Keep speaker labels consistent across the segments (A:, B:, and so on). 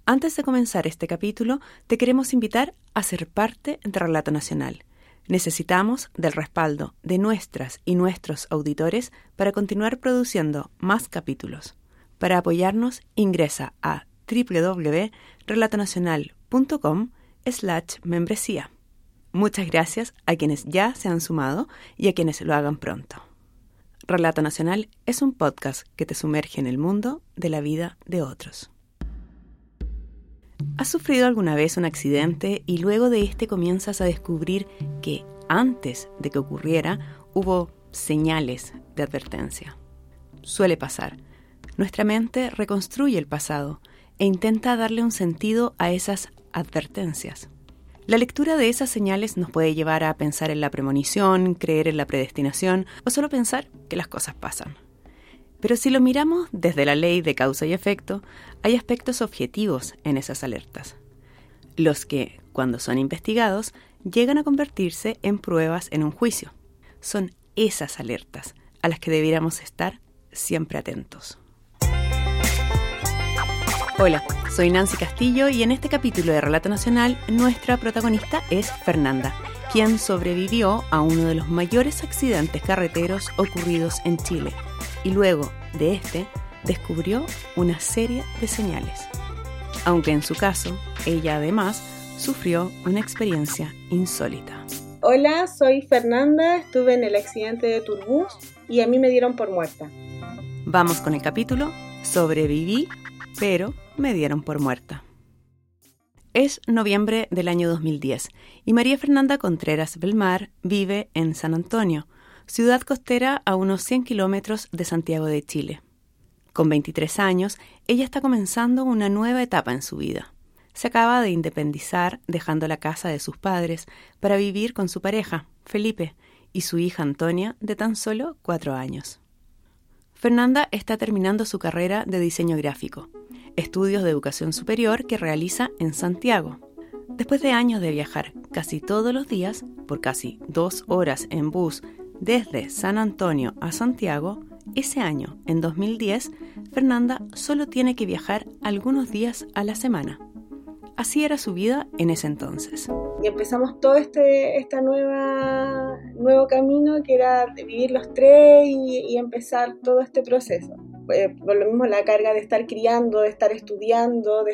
A: Antes de comenzar este capítulo, te queremos invitar a ser parte de Relato Nacional. Necesitamos del respaldo de nuestras y nuestros auditores para continuar produciendo más capítulos. Para apoyarnos, ingresa a www.relatonacional.com/membresía. Muchas gracias a quienes ya se han sumado y a quienes lo hagan pronto. Relato Nacional es un podcast que te sumerge en el mundo de la vida de otros. ¿Has sufrido alguna vez un accidente y luego de este comienzas a descubrir que antes de que ocurriera hubo señales de advertencia? Suele pasar. Nuestra mente reconstruye el pasado e intenta darle un sentido a esas advertencias. La lectura de esas señales nos puede llevar a pensar en la premonición, creer en la predestinación o solo pensar que las cosas pasan. Pero si lo miramos desde la ley de causa y efecto, hay aspectos objetivos en esas alertas, los que, cuando son investigados, llegan a convertirse en pruebas en un juicio. Son esas alertas a las que debiéramos estar siempre atentos. Hola, soy Nancy Castillo y en este capítulo de Relato Nacional nuestra protagonista es Fernanda, quien sobrevivió a uno de los mayores accidentes carreteros ocurridos en Chile y luego de este descubrió una serie de señales. Aunque en su caso, ella además sufrió una experiencia insólita.
B: Hola, soy Fernanda, estuve en el accidente de Turbus y a mí me dieron por muerta.
A: Vamos con el capítulo Sobreviví, pero me dieron por muerta. Es noviembre del año 2010 y María Fernanda Contreras Belmar vive en San Antonio, ciudad costera a unos 100 kilómetros de Santiago de Chile. Con 23 años, ella está comenzando una nueva etapa en su vida. Se acaba de independizar dejando la casa de sus padres para vivir con su pareja, Felipe, y su hija Antonia, de tan solo 4 años. Fernanda está terminando su carrera de diseño gráfico, estudios de educación superior que realiza en Santiago. Después de años de viajar casi todos los días, por casi 2 horas en bus, desde San Antonio a Santiago, ese año, en 2010, Fernanda solo tiene que viajar algunos días a la semana. Así era su vida en ese entonces.
B: Y empezamos todo nuevo camino que era vivir los tres y empezar todo este proceso. Por lo mismo la carga de estar criando, de estar estudiando, de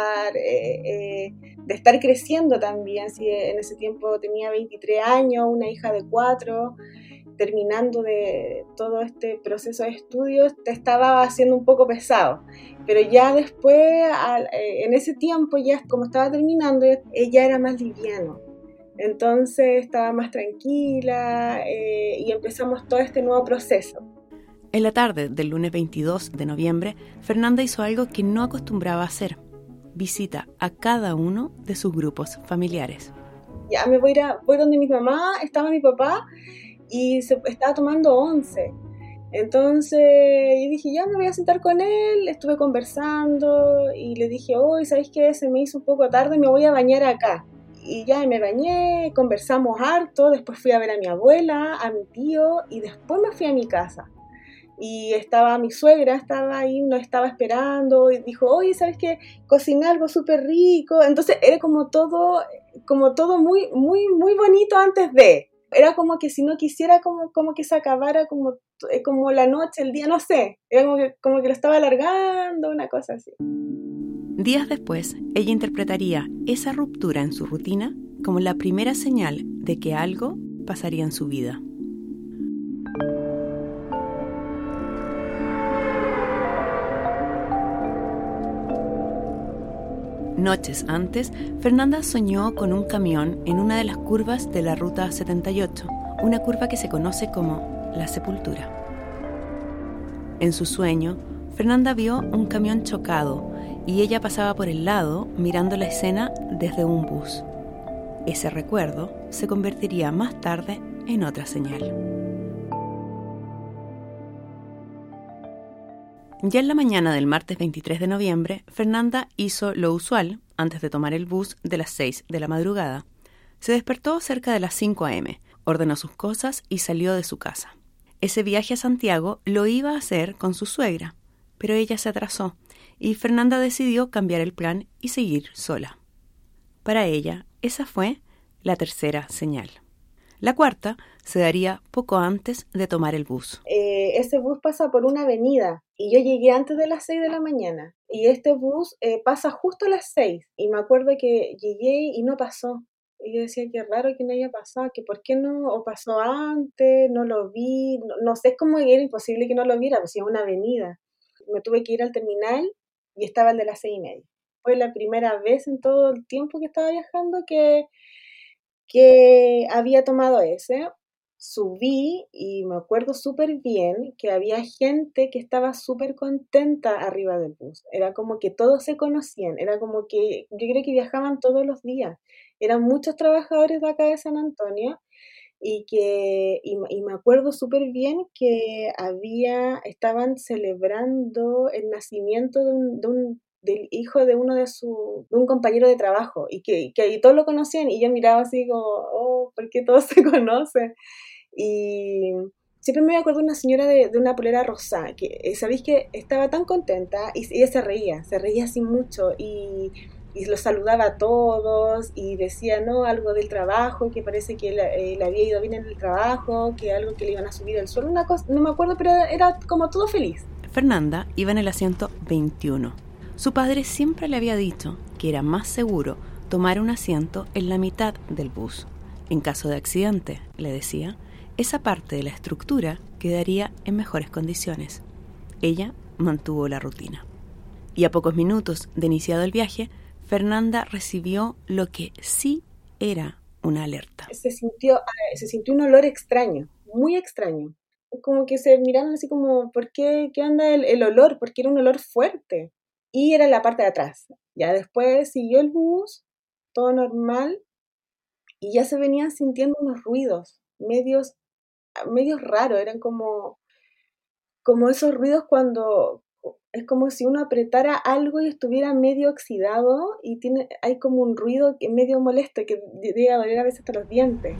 B: estar creciendo también. Si en ese tiempo tenía 23 años, una hija de 4, terminando de todo este proceso de estudios, te estaba haciendo un poco pesado. Pero ya después, en ese tiempo, ya como estaba terminando, ella era más liviano. Entonces estaba más tranquila y empezamos todo este nuevo proceso.
A: En la tarde del lunes 22 de noviembre, Fernanda hizo algo que no acostumbraba a hacer. Visita a cada uno de sus grupos familiares.
B: Ya me voy donde mi mamá, estaba mi papá, y se estaba tomando 11. Entonces yo dije, ya me voy a sentar con él, estuve conversando y le dije, ¿sabes qué? Se me hizo un poco tarde, me voy a bañar acá. Y ya me bañé, conversamos harto, después fui a ver a mi abuela, a mi tío y después me fui a mi casa. Y estaba mi suegra, estaba ahí, nos estaba esperando y dijo, ¿sabes qué? Cociné algo súper rico. Entonces era como todo muy, muy, muy bonito antes de. Era como que si no quisiera como que se acabara como la noche, el día, no sé. Era como que lo estaba alargando, una cosa así.
A: Días después, ella interpretaría esa ruptura en su rutina como la primera señal de que algo pasaría en su vida. Noches antes, Fernanda soñó con un camión en una de las curvas de la Ruta 78, una curva que se conoce como La Sepultura. En su sueño, Fernanda vio un camión chocado y ella pasaba por el lado mirando la escena desde un bus. Ese recuerdo se convertiría más tarde en otra señal. Ya en la mañana del martes 23 de noviembre, Fernanda hizo lo usual antes de tomar el bus de las 6 de la madrugada. Se despertó cerca de las 5 a.m., ordenó sus cosas y salió de su casa. Ese viaje a Santiago lo iba a hacer con su suegra, pero ella se atrasó y Fernanda decidió cambiar el plan y seguir sola. Para ella, esa fue la tercera señal. La cuarta se daría poco antes de tomar el bus.
B: Ese bus pasa por una avenida y yo llegué antes de las 6 de la mañana y este bus pasa justo a las 6 y me acuerdo que llegué y no pasó. Y yo decía, qué raro que no haya pasado, que por qué no, o pasó antes, no lo vi, no sé cómo era imposible que no lo viera, pues si es una avenida. Me tuve que ir al terminal y estaba el de las 6:30. Fue la primera vez en todo el tiempo que estaba viajando que había tomado ese. Subí y me acuerdo súper bien que había gente que estaba súper contenta arriba del bus. Era como que todos se conocían, era como que yo creo que viajaban todos los días. Eran muchos trabajadores de acá de San Antonio y me acuerdo súper bien que estaban celebrando el nacimiento del hijo de de un compañero de trabajo que ahí todos lo conocían y yo miraba así como, oh, ¿por qué todos se conocen? Y siempre me acuerdo de una señora de una polera rosada, que sabéis que estaba tan contenta y ella se reía así mucho y los saludaba a todos y decía, no, algo del trabajo, que parece que le había ido bien en el trabajo, que algo que le iban a subir el sueldo, una cosa, no me acuerdo, pero era como todo feliz.
A: Fernanda iba en el asiento 21. Su padre siempre le había dicho que era más seguro tomar un asiento en la mitad del bus. En caso de accidente, le decía, esa parte de la estructura quedaría en mejores condiciones. Ella mantuvo la rutina. Y a pocos minutos de iniciado el viaje, Fernanda recibió lo que sí era una alerta.
B: Se sintió un olor extraño, muy extraño. Como que se miraron así como, ¿por qué? ¿Qué onda el olor? Porque era un olor fuerte. Y era en la parte de atrás. Ya después siguió el bus, todo normal, y ya se venían sintiendo unos ruidos medios raros, eran como esos ruidos cuando es como si uno apretara algo y estuviera medio oxidado y hay como un ruido que medio molesto que llega a doler a veces hasta los dientes.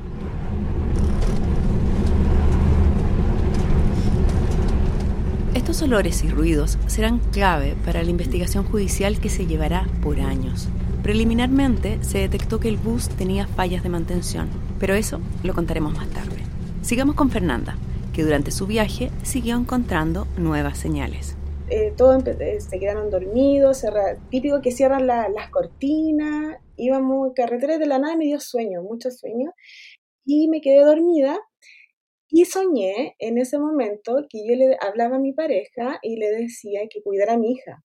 A: Estos olores y ruidos serán clave para la investigación judicial que se llevará por años. Preliminarmente se detectó que el bus tenía fallas de mantención, pero eso lo contaremos más tarde. Sigamos con Fernanda, que durante su viaje siguió encontrando nuevas señales.
B: Se quedaron dormidos, típico que cierran las cortinas, íbamos carreteras de la nada y me dio sueño, mucho sueño, y me quedé dormida y soñé en ese momento que yo le hablaba a mi pareja y le decía que cuidara a mi hija.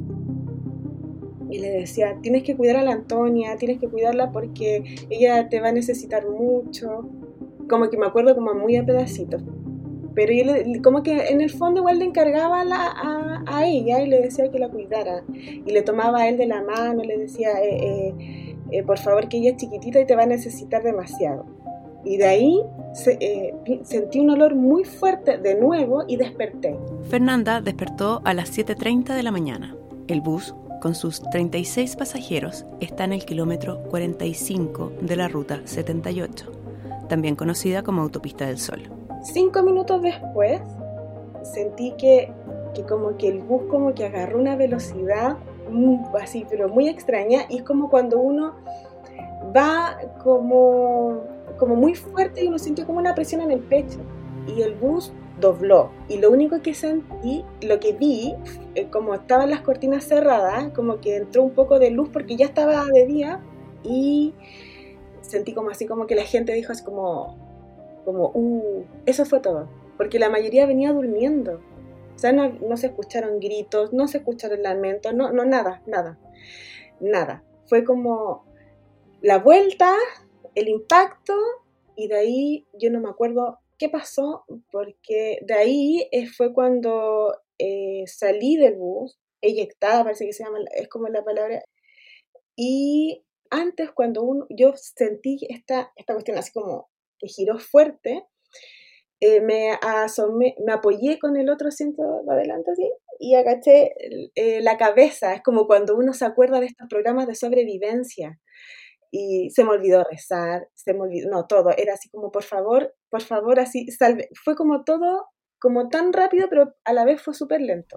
B: Y le decía, tienes que cuidar a la Antonia, tienes que cuidarla porque ella te va a necesitar mucho. Como que me acuerdo como muy a pedacitos. Pero yo como que en el fondo igual le encargaba a ella y le decía que la cuidara. Y le tomaba a él de la mano, le decía, por favor, que ella es chiquitita y te va a necesitar demasiado. Y de ahí sentí un olor muy fuerte de nuevo y desperté.
A: Fernanda despertó a las 7:30 de la mañana. El bus, con sus 36 pasajeros, está en el kilómetro 45 de la ruta 78, también conocida como Autopista del Sol.
B: 5 minutos después sentí que como que el bus como que agarró una velocidad así, pero muy extraña, y es como cuando uno va como muy fuerte y uno siente como una presión en el pecho y el bus dobló y lo único que sentí, lo que vi, como estaban las cortinas cerradas, como que entró un poco de luz porque ya estaba de día y sentí como así como que la gente dijo así como eso fue todo, porque la mayoría venía durmiendo. O sea, no se escucharon gritos, no se escucharon lamentos, no, nada. Fue como la vuelta, el impacto, y de ahí yo no me acuerdo qué pasó, porque de ahí fue cuando salí del bus, eyectada, parece que se llama, es como la palabra, y antes cuando yo sentí esta cuestión así como que giró fuerte, me apoyé con el otro asiento de adelante así y agaché la cabeza. Es como cuando uno se acuerda de estos programas de sobrevivencia y se me olvidó rezar, no, todo, era así como por favor, así, salve. Fue como todo, como tan rápido, pero a la vez fue súper lento.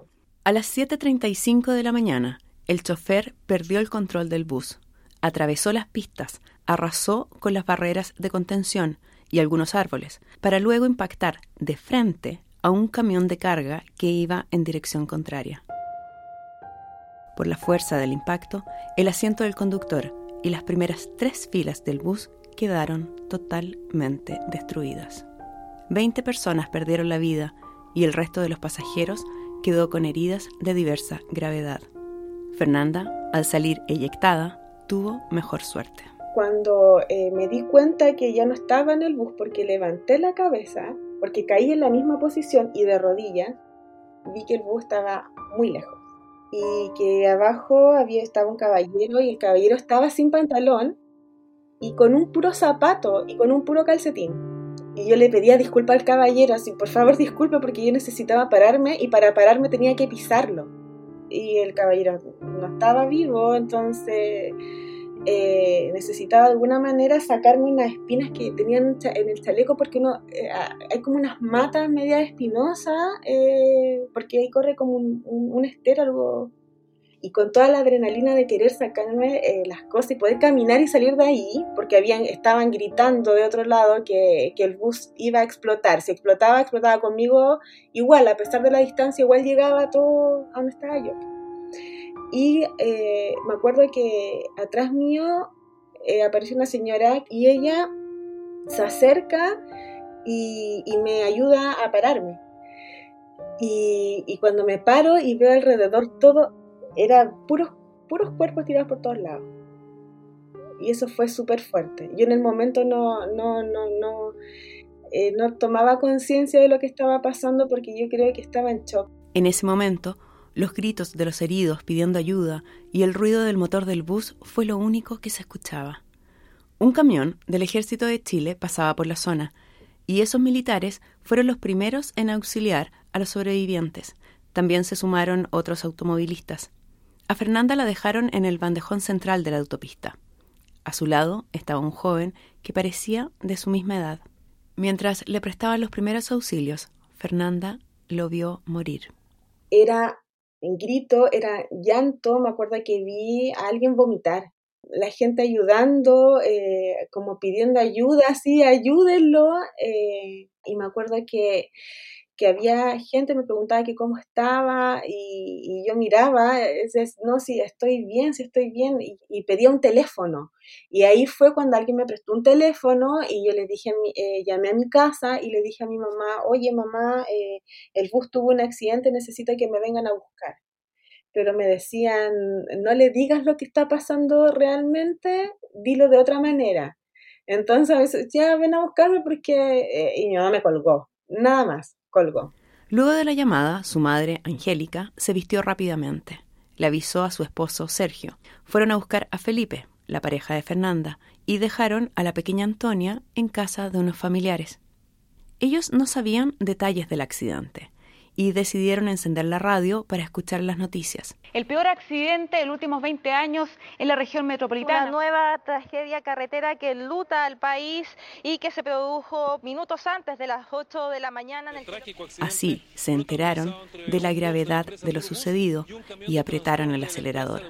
A: A las 7:35 de la mañana, el chofer perdió el control del bus, atravesó las pistas, arrasó con las barreras de contención y algunos árboles, para luego impactar de frente a un camión de carga que iba en dirección contraria. Por la fuerza del impacto, el asiento del conductor y las primeras 3 filas del bus quedaron totalmente destruidas. 20 personas perdieron la vida y el resto de los pasajeros quedó con heridas de diversa gravedad. Fernanda, al salir eyectada, tuvo mejor suerte.
B: Cuando me di cuenta que ya no estaba en el bus porque levanté la cabeza, porque caí en la misma posición y de rodillas, vi que el bus estaba muy lejos y que abajo estaba un caballero y el caballero estaba sin pantalón y con un puro zapato y con un puro calcetín. Y yo le pedía disculpas al caballero, así, por favor disculpe porque yo necesitaba pararme y para pararme tenía que pisarlo. Y el caballero no estaba vivo, entonces necesitaba de alguna manera sacarme unas espinas que tenían en el chaleco porque hay como unas matas medias espinosas, porque ahí corre como un estero, algo, y con toda la adrenalina de querer sacarme las cosas y poder caminar y salir de ahí, porque estaban gritando de otro lado que el bus iba a explotar. Si explotaba conmigo igual, a pesar de la distancia, igual llegaba todo a donde estaba yo. Y me acuerdo que atrás mío apareció una señora y ella se acerca y me ayuda a pararme. Y cuando me paro y veo alrededor todo, eran puros cuerpos tirados por todos lados. Y eso fue súper fuerte. Yo en el momento no tomaba conciencia de lo que estaba pasando porque yo creo que estaba en shock.
A: En ese momento, los gritos de los heridos pidiendo ayuda y el ruido del motor del bus fue lo único que se escuchaba. Un camión del Ejército de Chile pasaba por la zona, y esos militares fueron los primeros en auxiliar a los sobrevivientes. También se sumaron otros automovilistas. A Fernanda la dejaron en el bandejón central de la autopista. A su lado estaba un joven que parecía de su misma edad. Mientras le prestaban los primeros auxilios, Fernanda lo vio morir.
B: Era grito, era llanto. Me acuerdo que vi a alguien vomitar. La gente ayudando, como pidiendo ayuda, sí, ayúdenlo. Y me acuerdo que había gente me preguntaba que cómo estaba y yo miraba, no, si estoy bien, y pedía un teléfono. Y ahí fue cuando alguien me prestó un teléfono y yo le dije, llamé a mi casa y le dije a mi mamá, oye mamá, el bus tuvo un accidente, necesito que me vengan a buscar. Pero me decían, no le digas lo que está pasando realmente, dilo de otra manera. Entonces a veces, ya ven a buscarme porque... y mi mamá me colgó, nada más, colgó.
A: Luego de la llamada, su madre, Angélica, se vistió rápidamente. Le avisó a su esposo, Sergio. Fueron a buscar a Felipe, la pareja de Fernanda, y dejaron a la pequeña Antonia en casa de unos familiares. Ellos no sabían detalles del accidente y decidieron encender la radio para escuchar las noticias.
C: El peor accidente de los últimos 20 años en la región metropolitana.
D: Una nueva tragedia carretera que enluta al país y que se produjo minutos antes de las 8 de la mañana.
A: Así se enteraron de la gravedad de lo sucedido y apretaron el acelerador.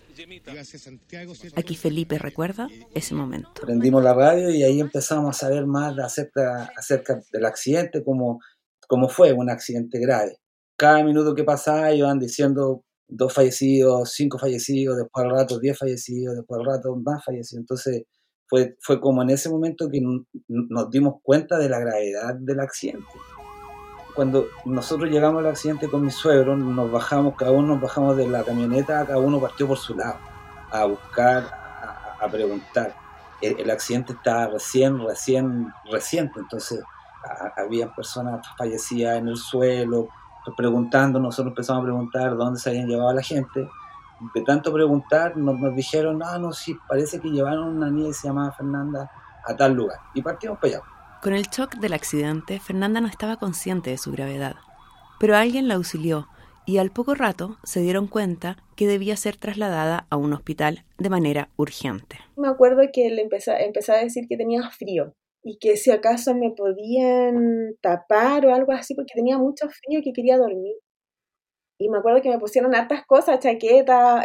A: Aquí Felipe recuerda ese momento.
E: Prendimos la radio y ahí empezamos a saber más acerca del accidente, cómo fue un accidente grave. Cada minuto que pasaba iban diciendo 2 fallecidos, 5 fallecidos, después al rato 10 fallecidos, después al rato más fallecidos. Entonces fue como en ese momento que nos dimos cuenta de la gravedad del accidente. Cuando nosotros llegamos al accidente con mi suegro, cada uno nos bajamos de la camioneta, cada uno partió por su lado, a buscar, a preguntar. El accidente estaba reciente, entonces había personas fallecidas en el suelo, preguntando. Nosotros empezamos a preguntar dónde se habían llevado a la gente. De tanto preguntar, nos dijeron, no, sí, parece que llevaron una niña que se llamaba Fernanda a tal lugar. Y partimos para allá.
A: Con el shock del accidente, Fernanda no estaba consciente de su gravedad, pero alguien la auxilió y al poco rato se dieron cuenta que debía ser trasladada a un hospital de manera urgente.
B: Me acuerdo que le empezó a decir que tenía frío y que si acaso me podían tapar o algo así porque tenía mucho frío y que quería dormir. Y me acuerdo que me pusieron hartas cosas, chaqueta,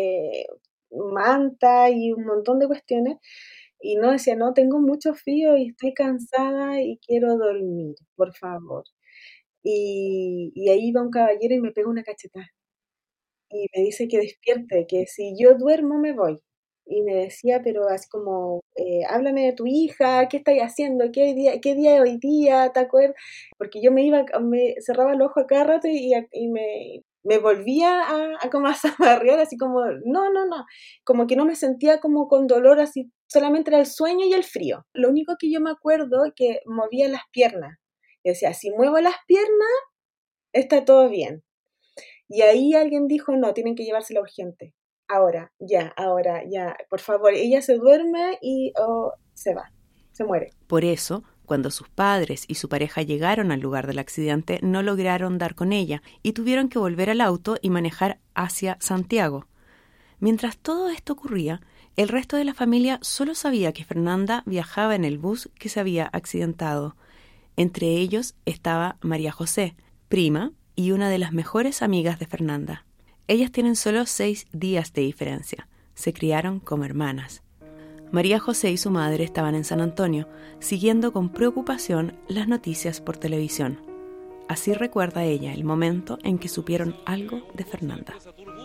B: manta y un montón de cuestiones. Y no, decía, no, tengo mucho frío y estoy cansada y quiero dormir, por favor. Y ahí va un caballero y me pega una cachetada. Y me dice que despierte, que si yo duermo me voy. Y me decía, pero así como, háblame de tu hija, ¿qué estáis haciendo? Qué día es hoy día? ¿Te acuerdas? Porque yo me cerraba el ojo a cada rato y me volvía a como a zamarrear, así como, no, como que no me sentía como con dolor, así, solamente era el sueño y el frío. Lo único que yo me acuerdo es que movía las piernas. Y decía, si muevo las piernas, está todo bien. Y ahí alguien dijo, no, tienen que llevársela urgente. Ahora, ya, por favor. Ella se duerme y se va, se muere.
A: Por eso, cuando sus padres y su pareja llegaron al lugar del accidente, no lograron dar con ella y tuvieron que volver al auto y manejar hacia Santiago. Mientras todo esto ocurría, el resto de la familia solo sabía que Fernanda viajaba en el bus que se había accidentado. Entre ellos estaba María José, prima y una de las mejores amigas de Fernanda. Ellas tienen solo 6 días de diferencia. Se criaron como hermanas. María José y su madre estaban en San Antonio, siguiendo con preocupación las noticias por televisión. Así recuerda ella el momento en que supieron algo de Fernanda.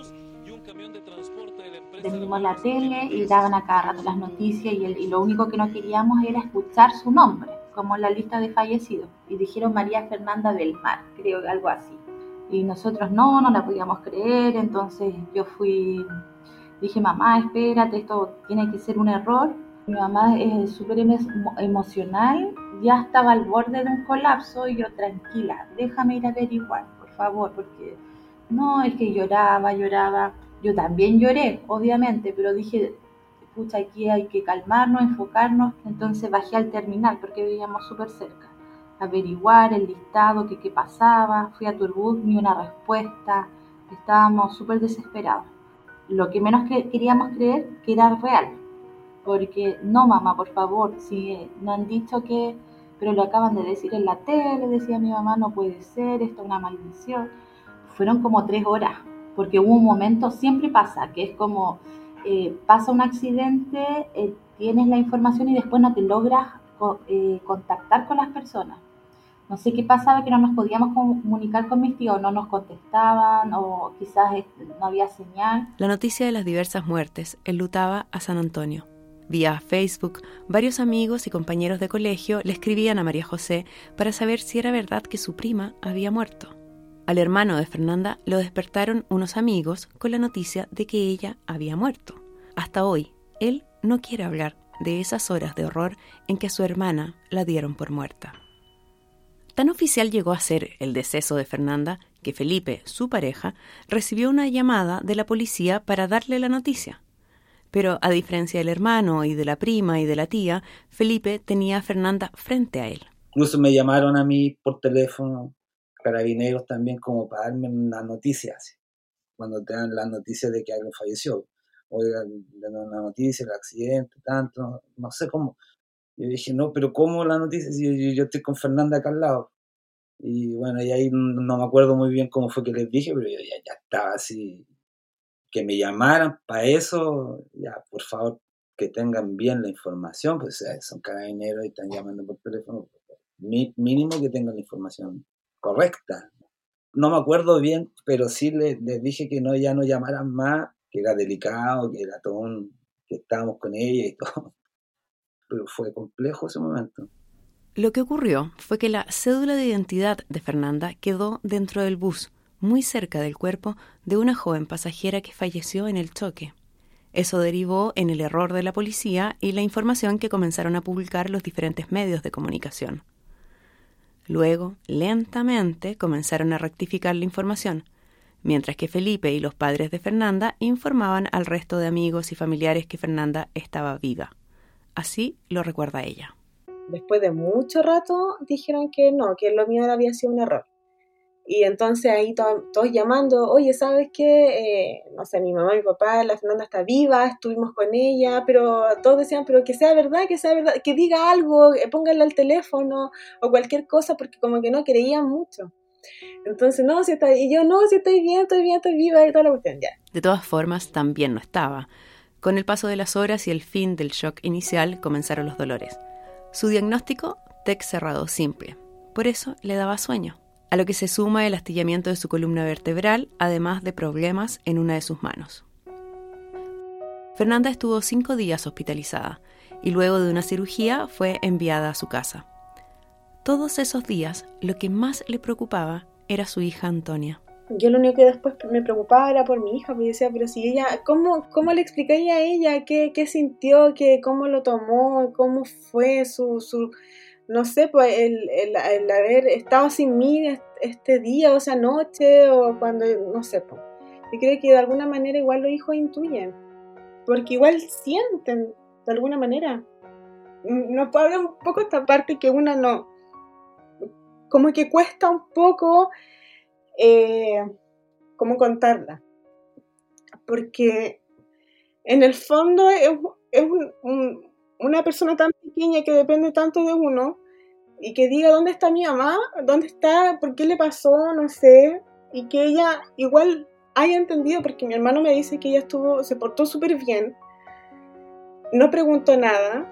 F: Teníamos la tele y daban a cada rato las noticias y lo único que no queríamos era escuchar su nombre, como en la lista de fallecidos. Y dijeron María Fernanda del Mar, creo que algo así. Y nosotros no la podíamos creer, entonces dije, mamá, espérate, esto tiene que ser un error. Mi mamá es súper emocional, ya estaba al borde de un colapso y yo, tranquila, déjame ir a averiguar, por favor, porque no, es que lloraba. Yo también lloré, obviamente, pero dije, pucha, aquí hay que calmarnos, enfocarnos. Entonces bajé al terminal porque vivíamos súper cerca, averiguar el listado, qué pasaba. Fui a Turbus, ni una respuesta, estábamos súper desesperados. Lo que menos queríamos creer que era real, porque no, mamá, por favor, si no han dicho que, pero lo acaban de decir en la tele, decía mi mamá, no puede ser, esto es una maldición. Fueron como 3 horas, porque hubo un momento, siempre pasa, que es como, pasa un accidente, tienes la información y después no te logras contactar con las personas. No sé qué pasaba, que no nos podíamos comunicar con mis tíos, no nos contestaban o quizás no había señal.
A: La noticia de las diversas muertes enlutaba a San Antonio. Vía Facebook, varios amigos y compañeros de colegio le escribían a María José para saber si era verdad que su prima había muerto. Al hermano de Fernanda lo despertaron unos amigos con la noticia de que ella había muerto. Hasta hoy, él no quiere hablar de esas horas de horror en que a su hermana la dieron por muerta. Tan oficial llegó a ser el deceso de Fernanda que Felipe, su pareja, recibió una llamada de la policía para darle la noticia. Pero a diferencia del hermano y de la prima y de la tía, Felipe tenía a Fernanda frente a él.
E: Incluso me llamaron a mí por teléfono, carabineros también, como para darme una noticia, así, cuando te dan las noticias de que alguien falleció. Oigan, una noticia, el accidente, tanto, no sé cómo. Yo dije, no, pero ¿cómo la noticia? Si yo estoy con Fernanda acá al lado. Y bueno, y ahí no me acuerdo muy bien cómo fue que les dije, pero yo ya estaba así, que me llamaran para eso, ya, por favor, que tengan bien la información, pues son carabineros y están llamando por teléfono, mínimo que tengan la información correcta. No me acuerdo bien, pero sí les dije que ya no llamaran más, que era delicado, que era todo que estábamos con ella y todo. Pero fue complejo ese momento.
A: Lo que ocurrió fue que la cédula de identidad de Fernanda quedó dentro del bus, muy cerca del cuerpo de una joven pasajera que falleció en el choque. Eso derivó en el error de la policía y la información que comenzaron a publicar los diferentes medios de comunicación. Luego, lentamente, comenzaron a rectificar la información, mientras que Felipe y los padres de Fernanda informaban al resto de amigos y familiares que Fernanda estaba viva. Así lo recuerda ella.
B: Después de mucho rato dijeron que no, que lo mío había sido un error. Y entonces ahí todos llamando, oye, ¿sabes qué? No sé, mi mamá, mi papá, la Fernanda está viva, estuvimos con ella, pero todos decían, pero que sea verdad, que diga algo, pónganle al teléfono o cualquier cosa, porque como que no creían mucho. Entonces, no, si está, y yo, no, si estoy bien, estoy viva y toda la cuestión, ya.
A: De todas formas, también no estaba. Con el paso de las horas y el fin del shock inicial, comenzaron los dolores. Su diagnóstico, TEC cerrado simple. Por eso le daba sueño, a lo que se suma el astillamiento de su columna vertebral, además de problemas en una de sus manos. Fernanda estuvo 5 días hospitalizada y luego de una cirugía fue enviada a su casa. Todos esos días, lo que más le preocupaba era su hija Antonia.
B: Yo lo único que después me preocupaba era por mi hija, porque decía, pero si ella, ¿cómo le expliqué a ella qué sintió, cómo lo tomó, cómo fue su no sé, pues el haber estado sin mí este día o esa noche o cuando, no sé, pues. Yo creo que de alguna manera igual los hijos intuyen, porque igual sienten de alguna manera. Nos puede hablar un poco esta parte que una no, como que cuesta un poco cómo contarla, porque en el fondo es una persona tan pequeña que depende tanto de uno y que diga dónde está mi mamá, dónde está, por qué le pasó, no sé, y que ella igual haya entendido, porque mi hermano me dice que ella se portó súper bien, no preguntó nada,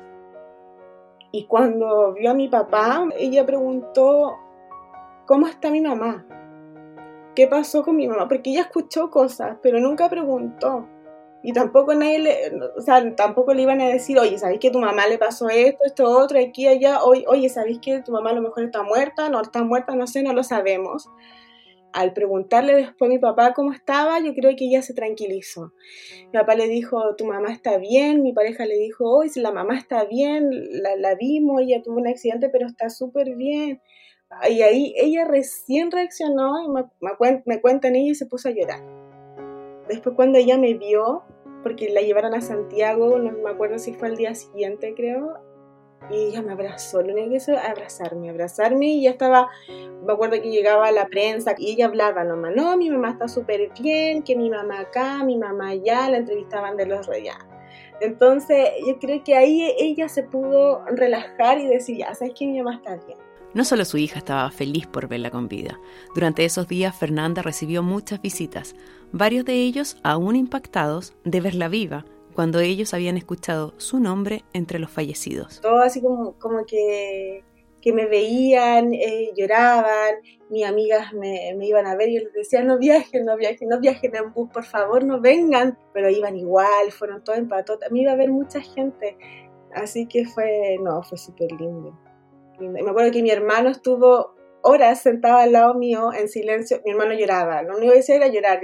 B: y cuando vio a mi papá, ella preguntó ¿cómo está mi mamá? ¿Qué pasó con mi mamá? Porque ella escuchó cosas, pero nunca preguntó. Y tampoco tampoco le iban a decir, oye, ¿sabéis que tu mamá le pasó esto, otro, aquí, allá? Oye, ¿sabéis que tu mamá a lo mejor está muerta? No está muerta, no sé, no lo sabemos. Al preguntarle después a mi papá cómo estaba, yo creo que ella se tranquilizó. Mi papá le dijo, tu mamá está bien. Mi pareja le dijo, oye, si la mamá está bien, la vimos, ella tuvo un accidente, pero está súper bien. Y ahí ella recién reaccionó y me cuentan ella y se puso a llorar. Después cuando ella me vio, porque la llevaron a Santiago, no me acuerdo si fue al día siguiente, creo, y ella me abrazó, lo único que hizo abrazarme, y ya estaba, me acuerdo que llegaba la prensa y ella hablaba nomás, no, mi mamá está súper bien, que mi mamá acá, mi mamá allá, la entrevistaban de los reyes. Entonces yo creo que ahí ella se pudo relajar y decir, ya, sabes que mi mamá está bien.
A: No solo su hija estaba feliz por verla con vida. Durante esos días Fernanda recibió muchas visitas, varios de ellos aún impactados de verla viva, cuando ellos habían escuchado su nombre entre los fallecidos.
B: Todo así como que me veían, lloraban, mis amigas me iban a ver y yo les decía, no viajen en bus, por favor, no vengan, pero iban igual, fueron todos empatados, a mí iba a ver mucha gente, así que fue súper lindo. Y me acuerdo que mi hermano estuvo horas sentado al lado mío en silencio, mi hermano lloraba, lo único que decía era llorar,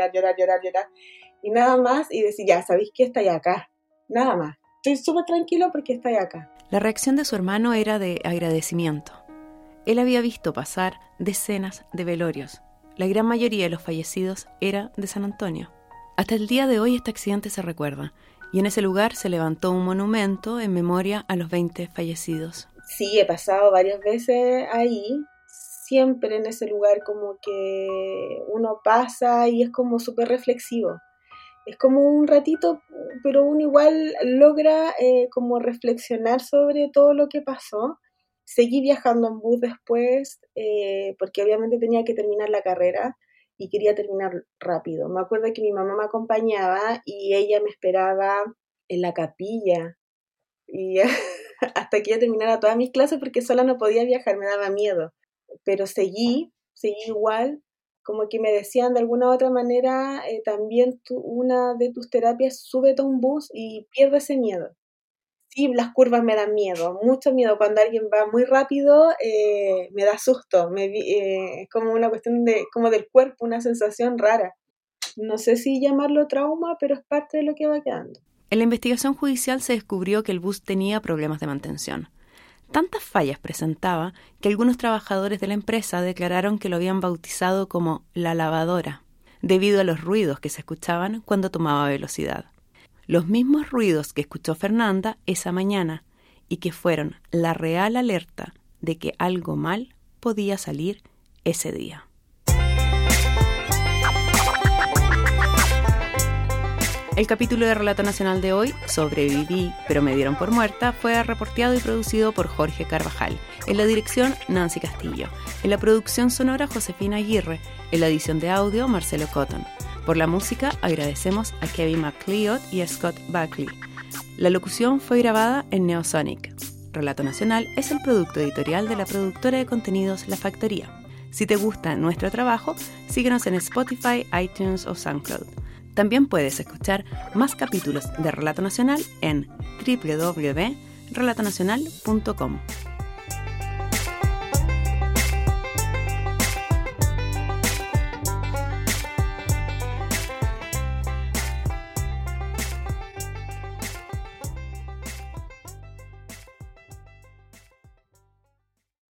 B: y nada más, y decía, ya, ¿sabéis que estáis acá? Nada más, estoy súper tranquilo porque estáis acá.
A: La reacción de su hermano era de agradecimiento. Él había visto pasar decenas de velorios. La gran mayoría de los fallecidos era de San Antonio. Hasta el día de hoy este accidente se recuerda, y en ese lugar se levantó un monumento en memoria a los 20 fallecidos.
B: Sí, he pasado varias veces ahí, siempre en ese lugar como que uno pasa y es como súper reflexivo. Es como un ratito, pero uno igual logra como reflexionar sobre todo lo que pasó. Seguí viajando en bus después, porque obviamente tenía que terminar la carrera y quería terminar rápido. Me acuerdo que mi mamá me acompañaba y ella me esperaba en la capilla. Y hasta que yo terminara todas mis clases porque sola no podía viajar, me daba miedo. Pero seguí igual. Como que me decían de alguna u otra manera, también una de tus terapias, súbete a un bus y pierde ese miedo. Sí, las curvas me dan miedo, mucho miedo. Cuando alguien va muy rápido, me da susto. Es como una cuestión como del cuerpo, una sensación rara. No sé si llamarlo trauma, pero es parte de lo que va quedando.
A: En la investigación judicial se descubrió que el bus tenía problemas de mantención. Tantas fallas presentaba que algunos trabajadores de la empresa declararon que lo habían bautizado como la lavadora, debido a los ruidos que se escuchaban cuando tomaba velocidad. Los mismos ruidos que escuchó Fernanda esa mañana y que fueron la real alerta de que algo mal podía salir ese día. El capítulo de Relato Nacional de hoy, Sobreviví, pero me dieron por muerta, fue reporteado y producido por Jorge Carvajal. En la dirección, Nancy Castillo. En la producción sonora, Josefina Aguirre. En la edición de audio, Marcelo Cotton. Por la música, agradecemos a Kevin MacLeod y a Scott Buckley. La locución fue grabada en Neosonic. Relato Nacional es el producto editorial de la productora de contenidos La Factoría. Si te gusta nuestro trabajo, síguenos en Spotify, iTunes o SoundCloud. También puedes escuchar más capítulos de Relato Nacional en www.relatonacional.com.